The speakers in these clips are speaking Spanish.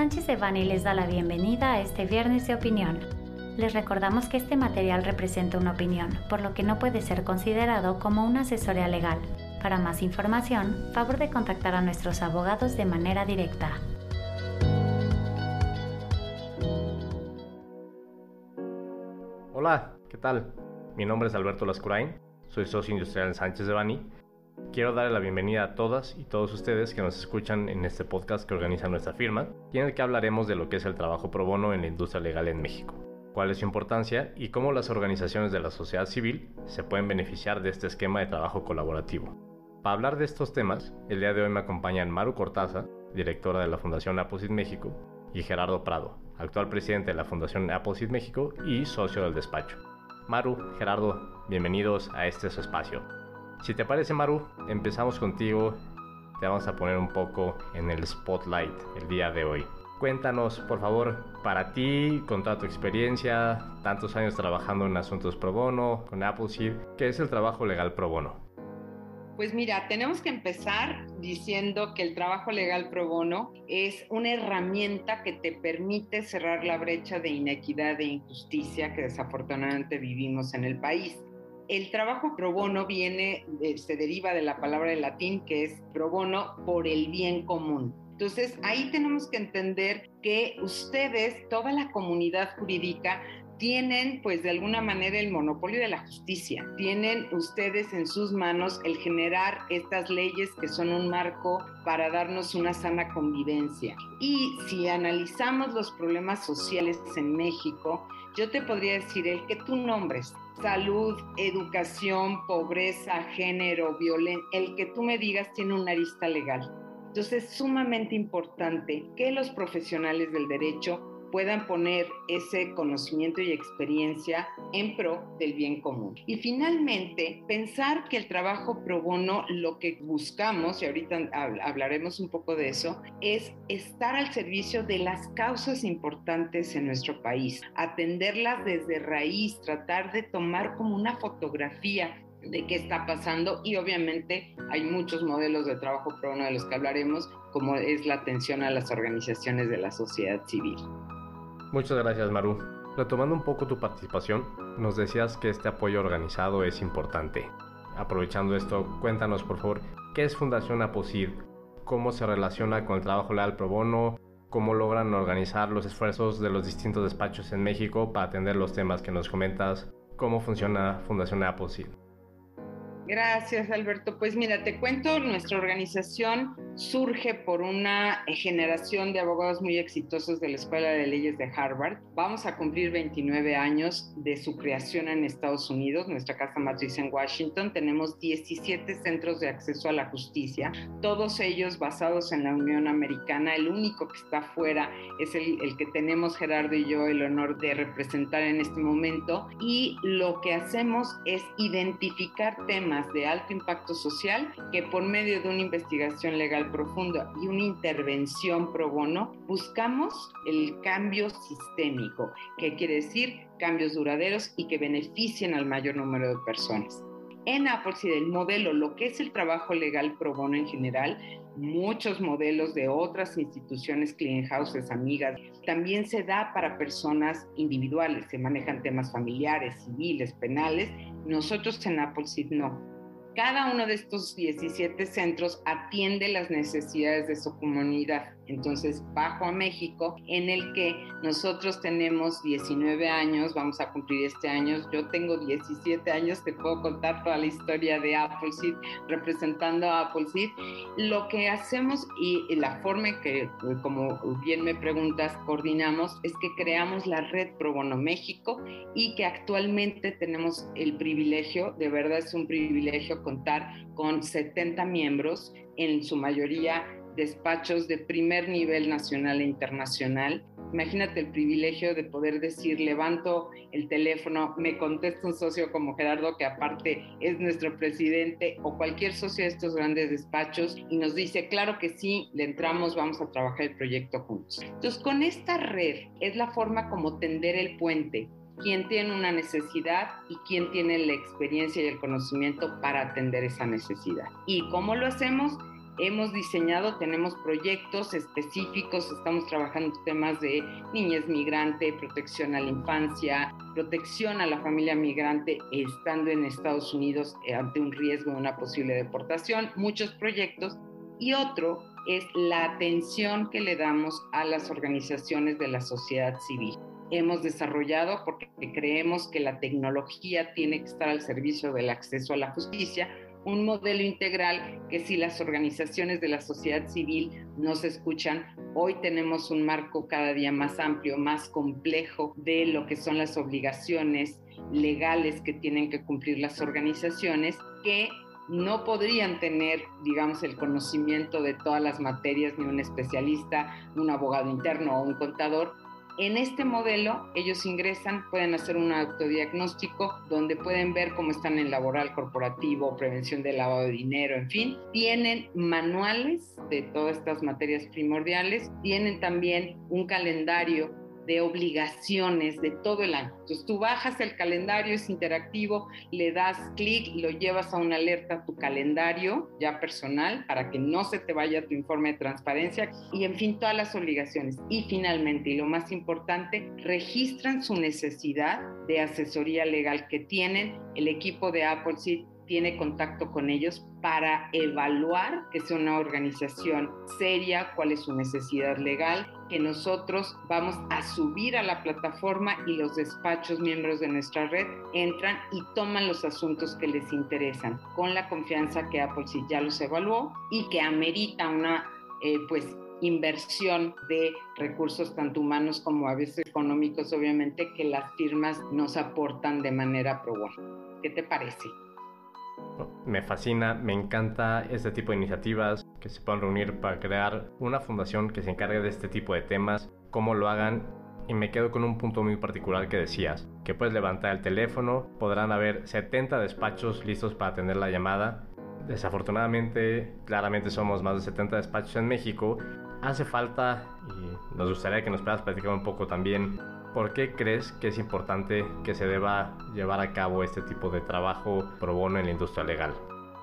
Sánchez de Bani les da la bienvenida a este viernes de opinión. Les recordamos que este material representa una opinión, por lo que no puede ser considerado como una asesoría legal. Para más información, favor de contactar a nuestros abogados de manera directa. Hola, ¿qué tal? Mi nombre es Alberto Lascurain, soy socio industrial en Sánchez de Bani. Quiero darle la bienvenida a todas y todos ustedes que nos escuchan en este podcast que organiza nuestra firma y en el que hablaremos de lo que es el trabajo pro bono en la industria legal en México, cuál es su importancia y cómo las organizaciones de la sociedad civil se pueden beneficiar de este esquema de trabajo colaborativo. Para hablar de estos temas, el día de hoy me acompañan Maru Cortázar, directora de la Fundación Appleseed México, y Gerardo Prado, actual presidente de la Fundación Appleseed México y socio del despacho. Maru, Gerardo, bienvenidos a su espacio. Si te parece, Maru, empezamos contigo. Te vamos a poner un poco en el spotlight el día de hoy. Cuéntanos, por favor, para ti, con toda tu experiencia, tantos años trabajando en asuntos pro bono, con Appleseed, ¿qué es el trabajo legal pro bono? Pues mira, tenemos que empezar diciendo que el trabajo legal pro bono es una herramienta que te permite cerrar la brecha de inequidad e injusticia que desafortunadamente vivimos en el país. El trabajo pro bono se deriva de la palabra en latín que es pro bono, por el bien común. Entonces, ahí tenemos que entender que ustedes, toda la comunidad jurídica, tienen, pues de alguna manera, el monopolio de la justicia. Tienen ustedes en sus manos el generar estas leyes que son un marco para darnos una sana convivencia. Y si analizamos los problemas sociales en México, yo te podría decir el que tú nombres: salud, educación, pobreza, género, violencia, el que tú me digas tiene una arista legal. Entonces es sumamente importante que los profesionales del derecho puedan poner ese conocimiento y experiencia en pro del bien común. Y finalmente, pensar que el trabajo pro bono, lo que buscamos, y ahorita hablaremos un poco de eso, es estar al servicio de las causas importantes en nuestro país, atenderlas desde raíz, tratar de tomar como una fotografía de qué está pasando, y obviamente hay muchos modelos de trabajo pro bono de los que hablaremos, como es la atención a las organizaciones de la sociedad civil. Muchas gracias, Maru. Retomando un poco tu participación, nos decías que este apoyo organizado es importante. Aprovechando esto, cuéntanos por favor, ¿qué es Fundación Appleseed? ¿Cómo se relaciona con el trabajo legal pro bono? ¿Cómo logran organizar los esfuerzos de los distintos despachos en México para atender los temas que nos comentas? ¿Cómo funciona Fundación Appleseed? Gracias, Alberto. Pues mira, te cuento, nuestra organización surge por una generación de abogados muy exitosos de la Escuela de Leyes de Harvard. Vamos a cumplir 29 años de su creación en Estados Unidos, nuestra casa matriz en Washington. Tenemos 17 centros de acceso a la justicia, todos ellos basados en la Unión Americana. El único que está fuera es el que tenemos Gerardo y yo el honor de representar en este momento. Y lo que hacemos es identificar temas de alto impacto social que por medio de una investigación legal profunda y una intervención pro bono buscamos el cambio sistémico, que quiere decir cambios duraderos y que beneficien al mayor número de personas. En Appleseed, el modelo, lo que es el trabajo legal pro bono en general, muchos modelos de otras instituciones, clearing houses, amigas, también se da para personas individuales, se manejan temas familiares, civiles, penales. Nosotros en Appleseed no. Cada uno de estos 17 centros atiende las necesidades de su comunidad. Entonces, bajo a México, en el que nosotros tenemos 19 años, vamos a cumplir este año, yo tengo 17 años, te puedo contar toda la historia de Appleseed, representando a Appleseed. Lo que hacemos y la forma en que, como bien me preguntas, coordinamos, es que creamos la Red Pro Bono México y que actualmente tenemos el privilegio, de verdad es un privilegio contar con 70 miembros, en su mayoría despachos de primer nivel nacional e internacional. Imagínate el privilegio de poder decir, levanto el teléfono, me contesta un socio como Gerardo, que aparte es nuestro presidente, o cualquier socio de estos grandes despachos, y nos dice, claro que sí, le entramos, vamos a trabajar el proyecto juntos. Entonces, con esta red es la forma como tender el puente, quién tiene una necesidad y quién tiene la experiencia y el conocimiento para atender esa necesidad. ¿Y cómo lo hacemos? Tenemos proyectos específicos, estamos trabajando temas de niñez migrante, protección a la infancia, protección a la familia migrante estando en Estados Unidos ante un riesgo de una posible deportación, muchos proyectos. Y otro es la atención que le damos a las organizaciones de la sociedad civil. Hemos desarrollado, porque creemos que la tecnología tiene que estar al servicio del acceso a la justicia, un modelo integral que si las organizaciones de la sociedad civil nos escuchan, hoy tenemos un marco cada día más amplio, más complejo de lo que son las obligaciones legales que tienen que cumplir las organizaciones, que no podrían tener, digamos, el conocimiento de todas las materias, ni un especialista, un abogado interno o un contador. En este modelo, ellos ingresan, pueden hacer un autodiagnóstico donde pueden ver cómo están en laboral, corporativo, prevención del lavado de dinero, en fin. Tienen manuales de todas estas materias primordiales, tienen también un calendario de obligaciones de todo el año. Entonces tú bajas el calendario, es interactivo, le das clic, lo llevas a una alerta a tu calendario ya personal para que no se te vaya tu informe de transparencia y en fin todas las obligaciones. Y finalmente, y lo más importante, registran su necesidad de asesoría legal que tienen. El equipo de Appleseed tiene contacto con ellos para evaluar que sea una organización seria, cuál es su necesidad legal, que nosotros vamos a subir a la plataforma y los despachos miembros de nuestra red entran y toman los asuntos que les interesan, con la confianza que Appleseed ya los evaluó y que amerita una inversión de recursos tanto humanos como a veces económicos, obviamente, que las firmas nos aportan de manera pro bono. ¿Qué te parece? Me fascina, me encanta este tipo de iniciativas que se puedan reunir para crear una fundación que se encargue de este tipo de temas, cómo lo hagan. Y me quedo con un punto muy particular que decías, que puedes levantar el teléfono, podrán haber 70 despachos listos para atender la llamada. Desafortunadamente, claramente somos más de 70 despachos en México. Hace falta, y nos gustaría que nos puedas platicar un poco también, ¿por qué crees que es importante que se deba llevar a cabo este tipo de trabajo pro bono en la industria legal?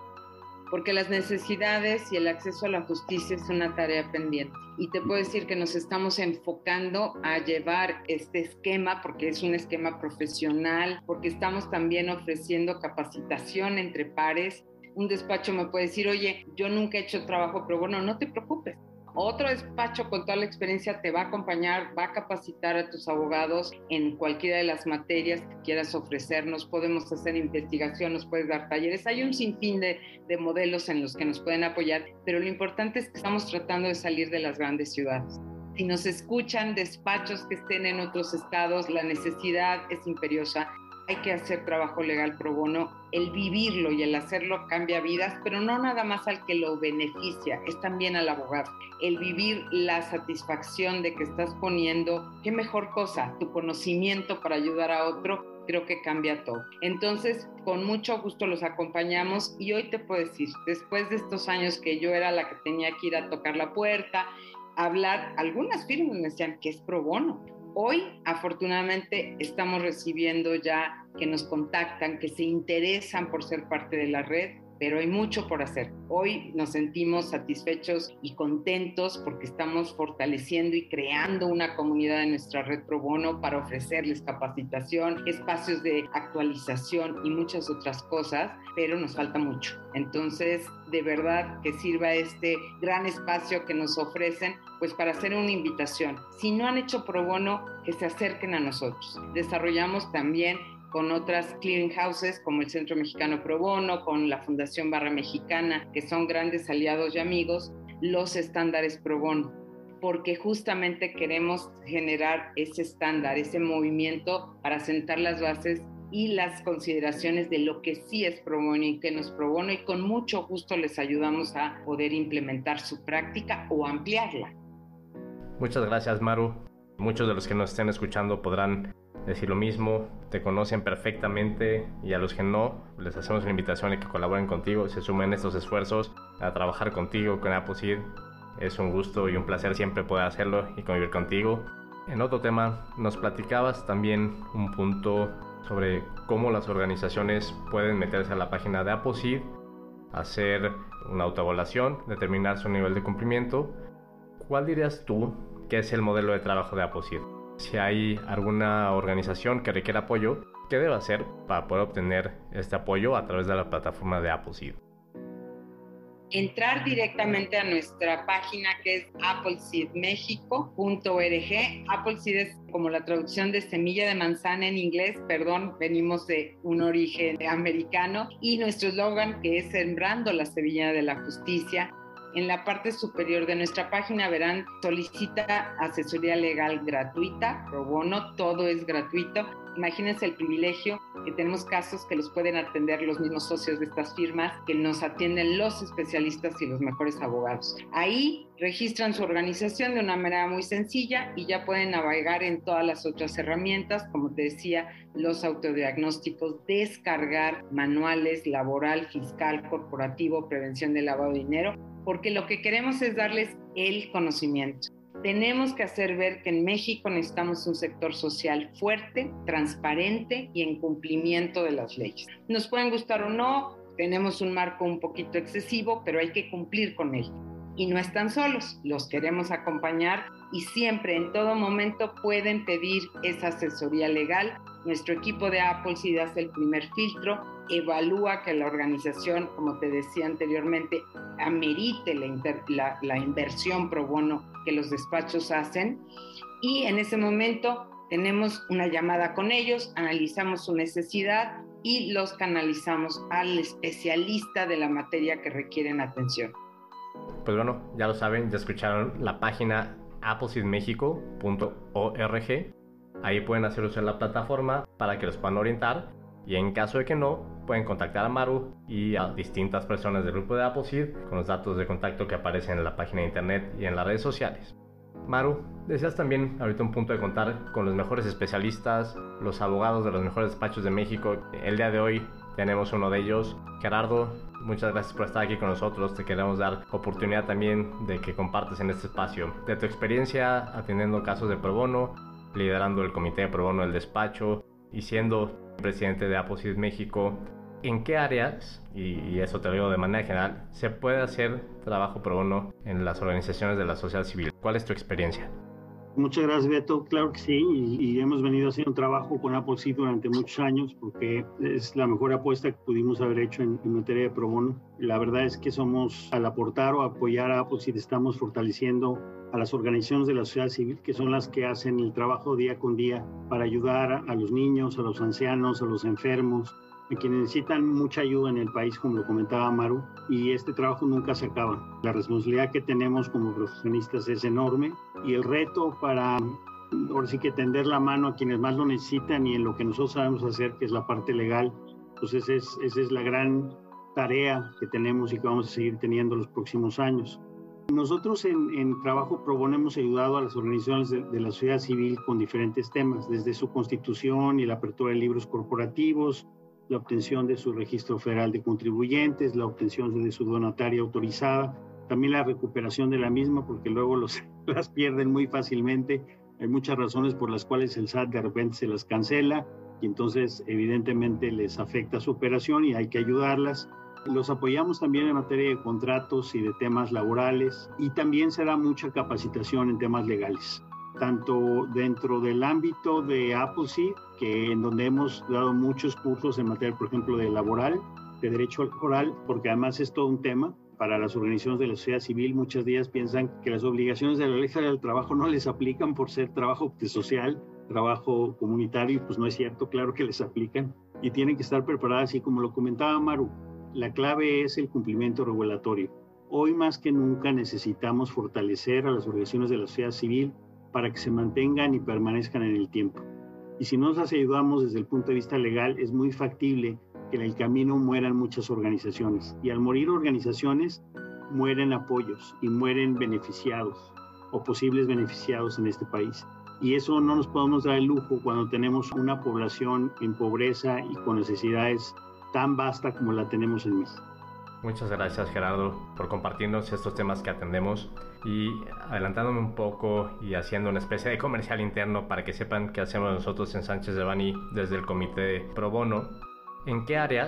Porque las necesidades y el acceso a la justicia es una tarea pendiente. Y te puedo decir que nos estamos enfocando a llevar este esquema, porque es un esquema profesional, porque estamos también ofreciendo capacitación entre pares. Un despacho me puede decir, oye, yo nunca he hecho trabajo pro bono, no te preocupes. Otro despacho con toda la experiencia te va a acompañar, va a capacitar a tus abogados en cualquiera de las materias que quieras ofrecernos. Podemos hacer investigación, nos puedes dar talleres. Hay un sinfín de modelos en los que nos pueden apoyar, pero lo importante es que estamos tratando de salir de las grandes ciudades. Si nos escuchan despachos que estén en otros estados, la necesidad es imperiosa. Hay que hacer trabajo legal pro bono, el vivirlo y el hacerlo cambia vidas, pero no nada más al que lo beneficia, es también al abogado. El vivir la satisfacción de que estás poniendo, qué mejor cosa, tu conocimiento para ayudar a otro, creo que cambia todo. Entonces, con mucho gusto los acompañamos y hoy te puedo decir, después de estos años que yo era la que tenía que ir a tocar la puerta, hablar, algunas firmas me decían que es pro bono. Hoy, afortunadamente, estamos recibiendo ya que nos contactan, que se interesan por ser parte de la red, pero hay mucho por hacer. Hoy nos sentimos satisfechos y contentos porque estamos fortaleciendo y creando una comunidad en nuestra red pro bono para ofrecerles capacitación, espacios de actualización y muchas otras cosas, pero nos falta mucho. Entonces, de verdad que sirva este gran espacio que nos ofrecen, pues para hacer una invitación. Si no han hecho pro bono, que se acerquen a nosotros. Desarrollamos también con otras clearing houses como el Centro Mexicano Pro Bono, con la Fundación Barra Mexicana, que son grandes aliados y amigos, los estándares pro bono, porque justamente queremos generar ese estándar, ese movimiento para sentar las bases y las consideraciones de lo que sí es pro bono y que no es pro bono, y con mucho gusto les ayudamos a poder implementar su práctica o ampliarla. Muchas gracias, Maru. Muchos de los que nos estén escuchando podrán decir lo mismo, te conocen perfectamente, y a los que no, les hacemos una invitación a que colaboren contigo, se sumen estos esfuerzos a trabajar contigo, con Appleseed. Es un gusto y un placer siempre poder hacerlo y convivir contigo. En otro tema, nos platicabas también un punto sobre cómo las organizaciones pueden meterse a la página de Appleseed hacer una autoevaluación, determinar su nivel de cumplimiento. ¿Cuál dirías tú que es el modelo de trabajo de Appleseed? Si hay alguna organización que requiera apoyo, ¿qué debe hacer para poder obtener este apoyo a través de la plataforma de Appleseed? Entrar directamente a nuestra página, que es appleseedmexico.org. Appleseed es como la traducción de semilla de manzana en inglés, venimos de un origen americano, y nuestro eslogan, que es Sembrando la Semilla de la Justicia. En la parte superior de nuestra página verán, solicita asesoría legal gratuita, pro bono, todo es gratuito. Imagínense el privilegio que tenemos casos que los pueden atender los mismos socios de estas firmas, que nos atienden los especialistas y los mejores abogados. Ahí registran su organización de una manera muy sencilla y ya pueden navegar en todas las otras herramientas, como te decía, los autodiagnósticos, descargar manuales laboral, fiscal, corporativo, prevención del lavado de dinero, porque lo que queremos es darles el conocimiento. Tenemos que hacer ver que en México necesitamos un sector social fuerte, transparente y en cumplimiento de las leyes. Nos pueden gustar o no, tenemos un marco un poquito excesivo, pero hay que cumplir con él. Y no están solos, los queremos acompañar y siempre, en todo momento, pueden pedir esa asesoría legal. Nuestro equipo de Appleseed hace el primer filtro, evalúa que la organización, como te decía anteriormente, amerite la inversión pro bono que los despachos hacen, y en ese momento tenemos una llamada con ellos, analizamos su necesidad y los canalizamos al especialista de la materia que requieren atención. Pues bueno, ya lo saben, ya escucharon la página appleseedmexico.org. Ahí pueden hacer uso de la plataforma para que los puedan orientar, y en caso de que no, pueden contactar a Maru y a distintas personas del grupo de Appleseed con los datos de contacto que aparecen en la página de internet y en las redes sociales. Maru, deseas también ahorita un punto de contar con los mejores especialistas, los abogados de los mejores despachos de México. El día de hoy tenemos uno de ellos, Gerardo. Muchas gracias por estar aquí con nosotros. Te queremos dar oportunidad también de que compartas en este espacio de tu experiencia atendiendo casos de pro bono, liderando el comité de pro bono del despacho y siendo presidente de Appleseed México. ¿En qué áreas, y eso te lo digo de manera general, se puede hacer trabajo pro bono en las organizaciones de la sociedad civil? ¿Cuál es tu experiencia? Muchas gracias, Beto. Claro que sí, y hemos venido haciendo un trabajo con Appleseed durante muchos años porque es la mejor apuesta que pudimos haber hecho en materia de pro bono. La verdad es que al aportar o apoyar a Appleseed, estamos fortaleciendo a las organizaciones de la sociedad civil, que son las que hacen el trabajo día con día para ayudar a los niños, a los ancianos, a los enfermos, a quienes necesitan mucha ayuda en el país, como lo comentaba Maru, y este trabajo nunca se acaba. La responsabilidad que tenemos como profesionistas es enorme, y el reto para, ahora sí que tender la mano a quienes más lo necesitan y en lo que nosotros sabemos hacer, que es la parte legal, pues esa es la gran tarea que tenemos y que vamos a seguir teniendo los próximos años. Nosotros en Trabajo Pro Bono hemos ayudado a las organizaciones de la sociedad civil con diferentes temas, desde su constitución y la apertura de libros corporativos, la obtención de su registro federal de contribuyentes, la obtención de su donataria autorizada, también la recuperación de la misma, porque luego las pierden muy fácilmente. Hay muchas razones por las cuales el SAT de repente se las cancela y entonces evidentemente les afecta su operación y hay que ayudarlas. Los apoyamos también en materia de contratos y de temas laborales, y también se da mucha capacitación en temas legales, tanto dentro del ámbito de Appleseed, que en donde hemos dado muchos cursos en materia, por ejemplo, de laboral, de derecho laboral, porque además es todo un tema para las organizaciones de la sociedad civil. Muchas de ellas piensan que las obligaciones de la ley federal del trabajo no les aplican por ser trabajo social, trabajo comunitario, y pues no es cierto, claro que les aplican, y tienen que estar preparadas, y como lo comentaba Maru, la clave es el cumplimiento regulatorio. Hoy más que nunca necesitamos fortalecer a las organizaciones de la sociedad civil para que se mantengan y permanezcan en el tiempo. Y si no las ayudamos desde el punto de vista legal, es muy factible que en el camino mueran muchas organizaciones. Y al morir organizaciones, mueren apoyos y mueren beneficiados o posibles beneficiados en este país. Y eso no nos podemos dar el lujo cuando tenemos una población en pobreza y con necesidades tan vasta como la tenemos en México. Muchas gracias, Gerardo, por compartirnos estos temas que atendemos, y adelantándome un poco y haciendo una especie de comercial interno para que sepan qué hacemos nosotros en Sánchez de Bani desde el Comité Pro Bono. ¿En qué áreas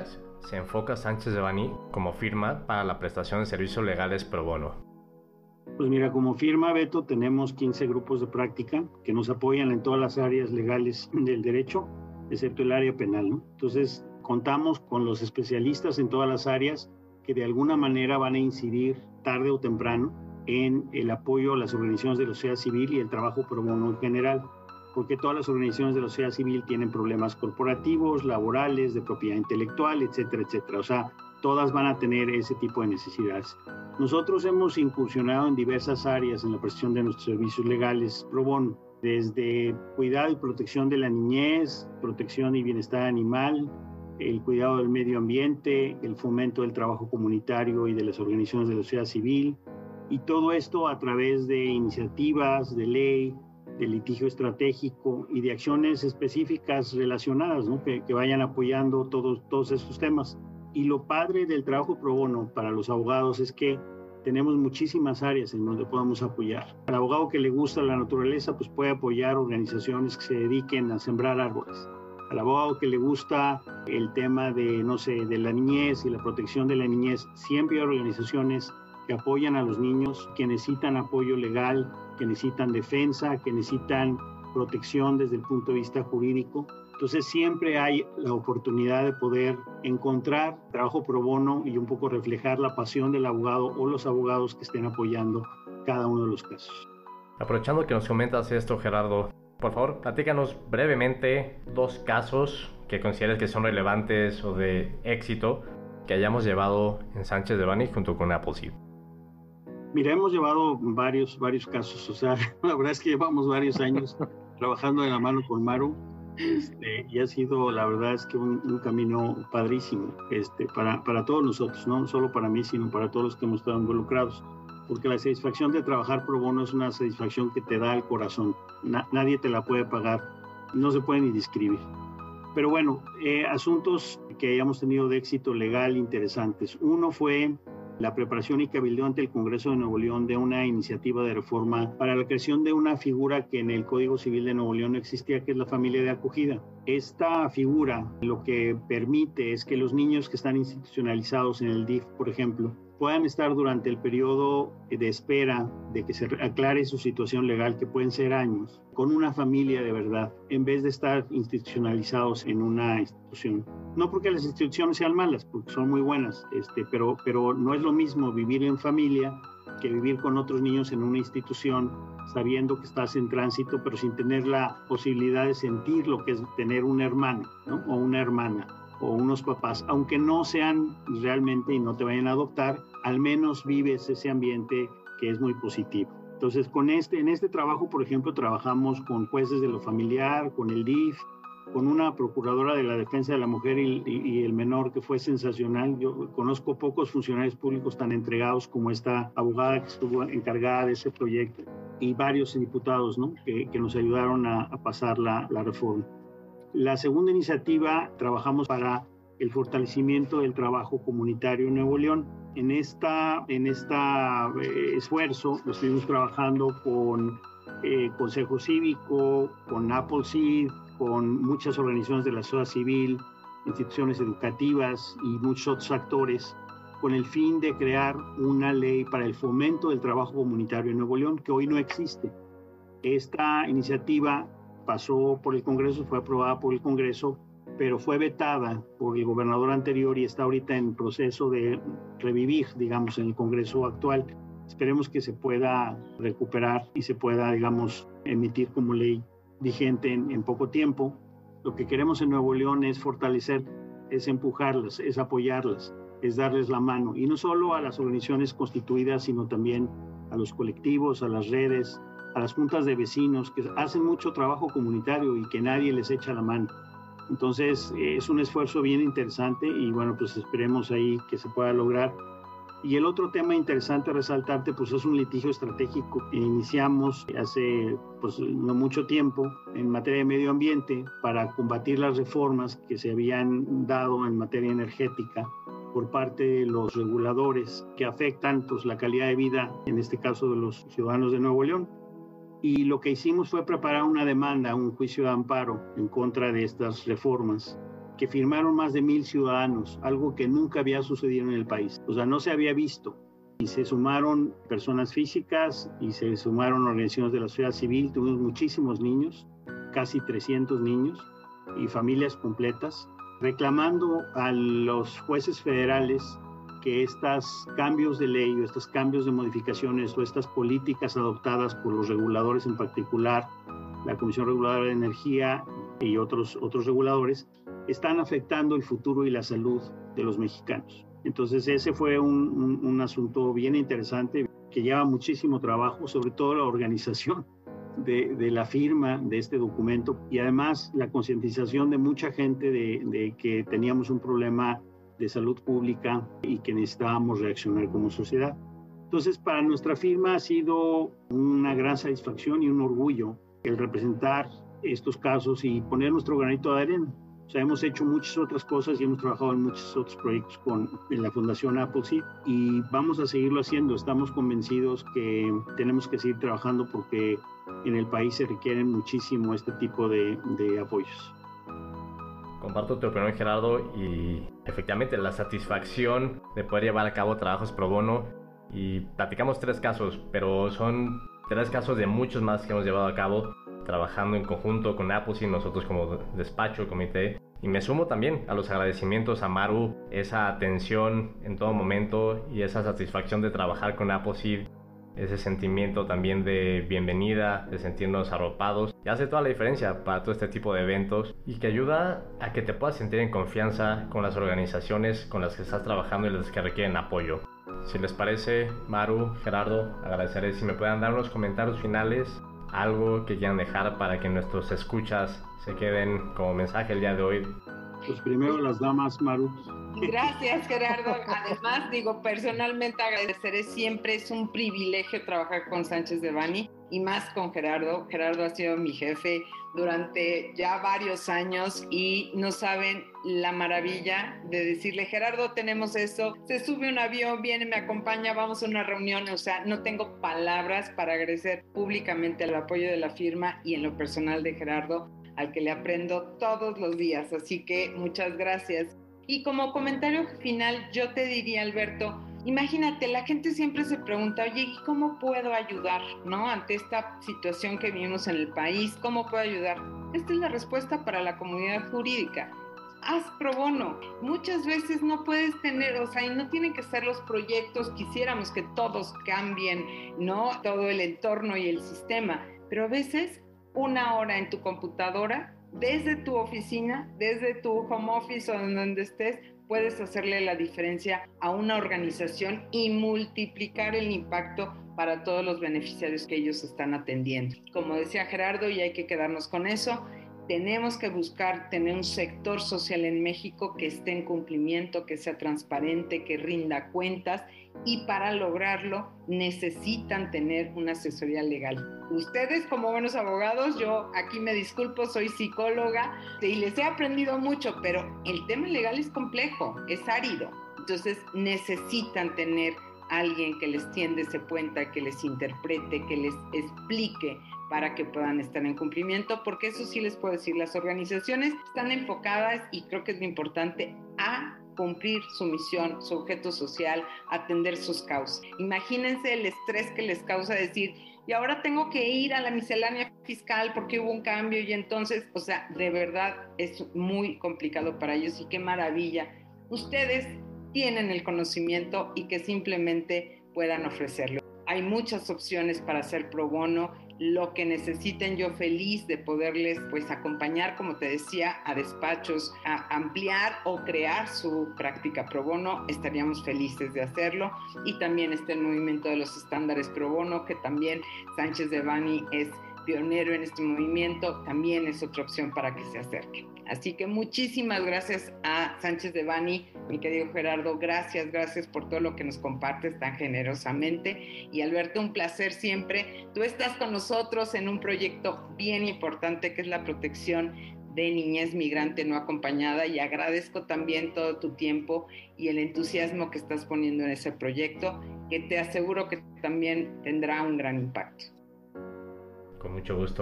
se enfoca Sánchez de Bani como firma para la prestación de servicios legales pro bono? Pues mira, como firma, Beto, tenemos 15 grupos de práctica que nos apoyan en todas las áreas legales del derecho, excepto el área penal, ¿no? Entonces, contamos con los especialistas en todas las áreas que de alguna manera van a incidir tarde o temprano en el apoyo a las organizaciones de la sociedad civil y el trabajo pro bono en general, porque todas las organizaciones de la sociedad civil tienen problemas corporativos, laborales, de propiedad intelectual, etcétera, etcétera. O sea, todas van a tener ese tipo de necesidades. Nosotros hemos incursionado en diversas áreas en la prestación de nuestros servicios legales pro bono, desde cuidado y protección de la niñez, protección y bienestar animal, el cuidado del medio ambiente, el fomento del trabajo comunitario y de las organizaciones de la sociedad civil, y todo esto a través de iniciativas de ley, de litigio estratégico y de acciones específicas relacionadas, ¿no? que vayan apoyando todos estos temas. Y lo padre del trabajo pro bono para los abogados es que tenemos muchísimas áreas en donde podemos apoyar. Al abogado que le gusta la naturaleza, pues puede apoyar organizaciones que se dediquen a sembrar árboles. Al abogado que le gusta el tema de, no sé, de la niñez y la protección de la niñez, siempre hay organizaciones que apoyan a los niños, que necesitan apoyo legal, que necesitan defensa, que necesitan protección desde el punto de vista jurídico. Entonces siempre hay la oportunidad de poder encontrar trabajo pro bono y un poco reflejar la pasión del abogado o los abogados que estén apoyando cada uno de los casos. Aprovechando que nos comentas esto, Gerardo, por favor, platícanos brevemente 2 casos que consideres que son relevantes o de éxito que hayamos llevado en Sánchez de Bani junto con Appleseed. Mira, hemos llevado varios casos, o sea, la verdad es que llevamos varios años trabajando de la mano con Maru, y ha sido, la verdad es que un camino padrísimo para todos nosotros, no solo para mí, sino para todos los que hemos estado involucrados, porque la satisfacción de trabajar pro bono es una satisfacción que te da el corazón, nadie te la puede pagar, no se puede ni describir. Pero bueno, asuntos que hayamos tenido de éxito legal interesantes. Uno fue la preparación y cabildeo ante el Congreso de Nuevo León de una iniciativa de reforma para la creación de una figura que en el Código Civil de Nuevo León no existía, que es la familia de acogida. Esta figura lo que permite es que los niños que están institucionalizados en el DIF, por ejemplo, puedan estar durante el periodo de espera de que se aclare su situación legal, que pueden ser años, con una familia de verdad, en vez de estar institucionalizados en una institución. No porque las instituciones sean malas, porque son muy buenas, pero no es lo mismo vivir en familia que vivir con otros niños en una institución, sabiendo que estás en tránsito, pero sin tener la posibilidad de sentir lo que es tener un hermano, ¿no? O una hermana, o unos papás, aunque no sean realmente y no te vayan a adoptar, al menos vives ese ambiente que es muy positivo. Entonces, en este trabajo, por ejemplo, trabajamos con jueces de lo familiar, con el DIF, con una procuradora de la defensa de la mujer y el menor que fue sensacional. Yo conozco pocos funcionarios públicos tan entregados como esta abogada que estuvo encargada de ese proyecto, y varios diputados, ¿no? que nos ayudaron a pasar la reforma. La segunda iniciativa, trabajamos para el fortalecimiento del trabajo comunitario en Nuevo León. En este esfuerzo estuvimos trabajando con Consejo Cívico, con Appleseed, con muchas organizaciones de la sociedad civil, instituciones educativas y muchos otros actores, con el fin de crear una ley para el fomento del trabajo comunitario en Nuevo León, que hoy no existe. Esta iniciativa pasó por el Congreso, fue aprobada por el Congreso, pero fue vetada por el gobernador anterior y está ahorita en proceso de revivir, digamos, en el Congreso actual. Esperemos que se pueda recuperar y se pueda, digamos, emitir como ley vigente en poco tiempo. Lo que queremos en Nuevo León es fortalecer, es empujarlas, es apoyarlas, es darles la mano, y no solo a las organizaciones constituidas, sino también a los colectivos, a las redes, a las juntas de vecinos que hacen mucho trabajo comunitario y que nadie les echa la mano. Entonces es un esfuerzo bien interesante y bueno, pues esperemos ahí que se pueda lograr. Y el otro tema interesante a resaltarte, pues es un litigio estratégico que iniciamos hace pues no mucho tiempo en materia de medio ambiente para combatir las reformas que se habían dado en materia energética por parte de los reguladores que afectan pues la calidad de vida, en este caso de los ciudadanos de Nuevo León. Y lo que hicimos fue preparar una demanda, un juicio de amparo en contra de estas reformas. que firmaron más de 1,000 ciudadanos, algo que nunca había sucedido en el país. O sea, no se había visto. Y se sumaron personas físicas y se sumaron organizaciones de la sociedad civil. Tuvimos muchísimos niños, casi 300 niños y familias completas, reclamando a los jueces federales que estos cambios de ley o estos cambios de modificaciones o estas políticas adoptadas por los reguladores, en particular la Comisión Reguladora de Energía y otros reguladores, están afectando el futuro y la salud de los mexicanos. Entonces ese fue un asunto bien interesante que lleva muchísimo trabajo, sobre todo la organización de la firma de este documento y además la concientización de mucha gente de que teníamos un problema de salud pública y que necesitábamos reaccionar como sociedad. Entonces, para nuestra firma ha sido una gran satisfacción y un orgullo el representar estos casos y poner nuestro granito de arena. O sea, hemos hecho muchas otras cosas y hemos trabajado en muchos otros proyectos en la Fundación Appleseed y vamos a seguirlo haciendo. Estamos convencidos que tenemos que seguir trabajando porque en el país se requieren muchísimo este tipo de apoyos. Comparto tu opinión, Gerardo, y efectivamente la satisfacción de poder llevar a cabo trabajos pro bono. Y platicamos 3 casos, pero son 3 casos de muchos más que hemos llevado a cabo trabajando en conjunto con Appleseed, nosotros como despacho, comité. Y me sumo también a los agradecimientos a Maru, esa atención en todo momento y esa satisfacción de trabajar con Appleseed, ese sentimiento también de bienvenida, de sentirnos arropados, y hace toda la diferencia para todo este tipo de eventos y que ayuda a que te puedas sentir en confianza con las organizaciones con las que estás trabajando y las que requieren apoyo. Si les parece, Maru, Gerardo, agradeceré si me puedan dar unos comentarios finales, algo que quieran dejar para que nuestros escuchas se queden como mensaje el día de hoy. Pues primero las damas, Maru. Gracias, Gerardo. Además, personalmente agradeceré siempre, es un privilegio trabajar con Sánchez Devanny y más con Gerardo. Gerardo ha sido mi jefe durante ya varios años y no saben la maravilla de decirle, Gerardo, tenemos esto, se sube un avión, viene, me acompaña, vamos a una reunión. O sea, no tengo palabras para agradecer públicamente el apoyo de la firma y en lo personal de Gerardo, al que le aprendo todos los días. Así que muchas gracias. Y como comentario final, yo te diría, Alberto, imagínate, la gente siempre se pregunta, oye, ¿y cómo puedo ayudar, no? Ante esta situación que vivimos en el país, ¿cómo puedo ayudar? Esta es la respuesta para la comunidad jurídica. Haz pro bono. Muchas veces no puedes tener, o sea, y no tienen que ser los proyectos, quisiéramos que todos cambien, ¿no? Todo el entorno y el sistema, pero a veces 1 hora en tu computadora, desde tu oficina, desde tu home office o en donde estés, puedes hacerle la diferencia a una organización y multiplicar el impacto para todos los beneficiarios que ellos están atendiendo. Como decía Gerardo, y hay que quedarnos con eso, tenemos que buscar tener un sector social en México que esté en cumplimiento, que sea transparente, que rinda cuentas, y para lograrlo necesitan tener una asesoría legal. Ustedes como buenos abogados, yo aquí me disculpo, soy psicóloga y les he aprendido mucho, pero el tema legal es complejo, es árido, entonces necesitan tener alguien que les tiende ese puente, que les interprete, que les explique para que puedan estar en cumplimiento, porque eso sí les puedo decir, las organizaciones están enfocadas, y creo que es lo importante, a cumplir su misión, su objeto social, atender sus causas. Imagínense el estrés que les causa decir, y ahora tengo que ir a la miscelánea fiscal porque hubo un cambio, y entonces, o sea, de verdad es muy complicado para ellos, y qué maravilla. Ustedes tienen el conocimiento y que simplemente puedan ofrecerlo. Hay muchas opciones para hacer pro bono. Lo que necesiten, yo feliz de poderles acompañar, como te decía, a despachos, a ampliar o crear su práctica pro bono. Estaríamos felices de hacerlo. Y también está el movimiento de los estándares pro bono, que también Sánchez Devanny es pionero en este movimiento, también es otra opción para que se acerquen. Así que muchísimas gracias a Sánchez Devanny, mi querido Gerardo, gracias por todo lo que nos compartes tan generosamente. Y Alberto, un placer siempre. Tú estás con nosotros en un proyecto bien importante que es la protección de niñez migrante no acompañada, y agradezco también todo tu tiempo y el entusiasmo que estás poniendo en ese proyecto, que te aseguro que también tendrá un gran impacto. Con mucho gusto, Maru.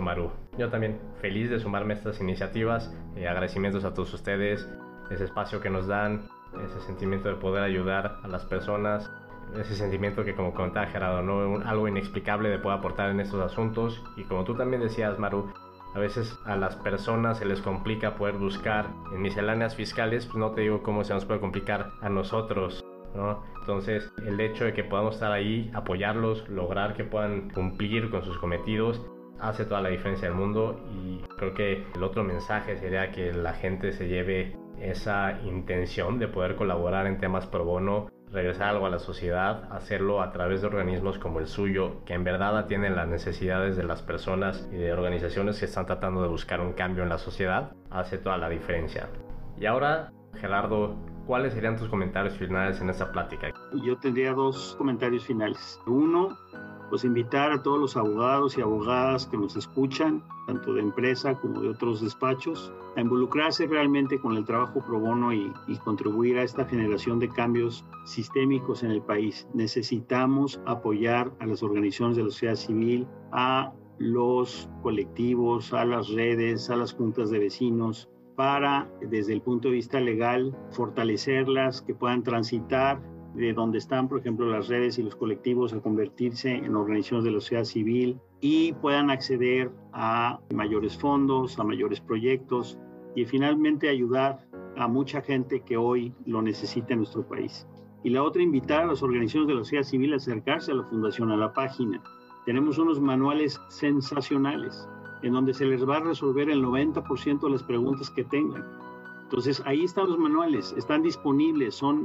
Yo también, feliz de sumarme a estas iniciativas. Agradecimientos a todos ustedes, ese espacio que nos dan, ese sentimiento de poder ayudar a las personas, ese sentimiento que, como comentaba Gerardo, ¿no? Algo inexplicable de poder aportar en estos asuntos. Y como tú también decías, Maru, a veces a las personas se les complica poder buscar en misceláneas fiscales, pues no te digo cómo se nos puede complicar a nosotros, ¿no? Entonces, el hecho de que podamos estar ahí, apoyarlos, lograr que puedan cumplir con sus cometidos, hace toda la diferencia del mundo. Y creo que el otro mensaje sería que la gente se lleve esa intención de poder colaborar en temas pro bono, regresar algo a la sociedad, hacerlo a través de organismos como el suyo, que en verdad atienden las necesidades de las personas y de organizaciones que están tratando de buscar un cambio en la sociedad, hace toda la diferencia. Y ahora, Gerardo, ¿cuáles serían tus comentarios finales en esta plática? Yo tendría 2 comentarios finales. Uno, pues invitar a todos los abogados y abogadas que nos escuchan, tanto de empresa como de otros despachos, a involucrarse realmente con el trabajo pro bono y contribuir a esta generación de cambios sistémicos en el país. Necesitamos apoyar a las organizaciones de la sociedad civil, a los colectivos, a las redes, a las juntas de vecinos, para, desde el punto de vista legal, fortalecerlas, que puedan transitar de donde están, por ejemplo, las redes y los colectivos, a convertirse en organizaciones de la sociedad civil y puedan acceder a mayores fondos, a mayores proyectos y finalmente ayudar a mucha gente que hoy lo necesita en nuestro país. Y la otra, invitar a las organizaciones de la sociedad civil a acercarse a la Fundación, a la página. Tenemos unos manuales sensacionales en donde se les va a resolver el 90% de las preguntas que tengan. Entonces, ahí están los manuales, están disponibles, son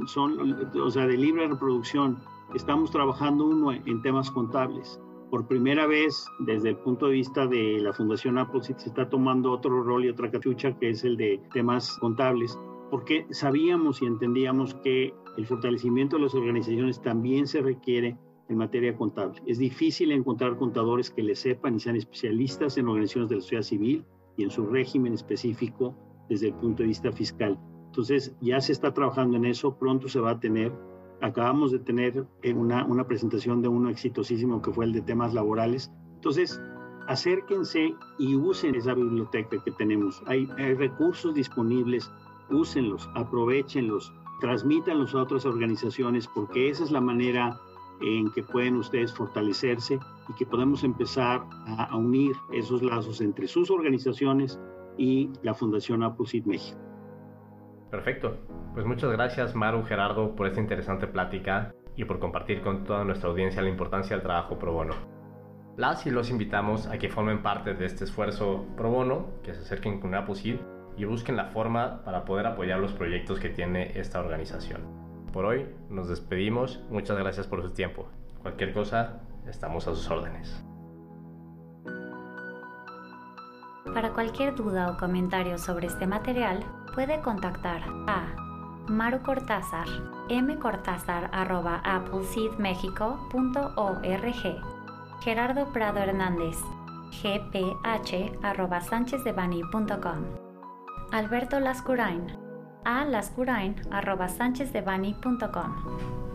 de libre reproducción. Estamos trabajando uno en temas contables. Por primera vez, desde el punto de vista de la Fundación Appleseed, se está tomando otro rol y otra cachucha, que es el de temas contables, porque sabíamos y entendíamos que el fortalecimiento de las organizaciones también se requiere en materia contable. Es difícil encontrar contadores que le sepan y sean especialistas en organizaciones de la sociedad civil y en su régimen específico desde el punto de vista fiscal. Entonces, ya se está trabajando en eso, pronto se va a tener. Acabamos de tener una presentación de uno exitosísimo que fue el de temas laborales. Entonces, acérquense y usen esa biblioteca que tenemos. Hay recursos disponibles, úsenlos, aprovéchenlos, transmítanlos a otras organizaciones, porque esa es la manera en que pueden ustedes fortalecerse y que podemos empezar a unir esos lazos entre sus organizaciones y la Fundación Appleseed México. Perfecto. Pues muchas gracias, Maru, Gerardo, por esta interesante plática y por compartir con toda nuestra audiencia la importancia del trabajo pro bono. Las y los invitamos a que formen parte de este esfuerzo pro bono, que se acerquen con Appleseed y busquen la forma para poder apoyar los proyectos que tiene esta organización. Por hoy nos despedimos. Muchas gracias por su tiempo. Cualquier cosa, estamos a sus órdenes. Para cualquier duda o comentario sobre este material, puede contactar a Maru Cortázar, mcortázar@appleseedmexico.org, Gerardo Prado Hernández, gph@sanchezdevani.com, Alberto Lascurain, a lascurain@sanchezdevani.com.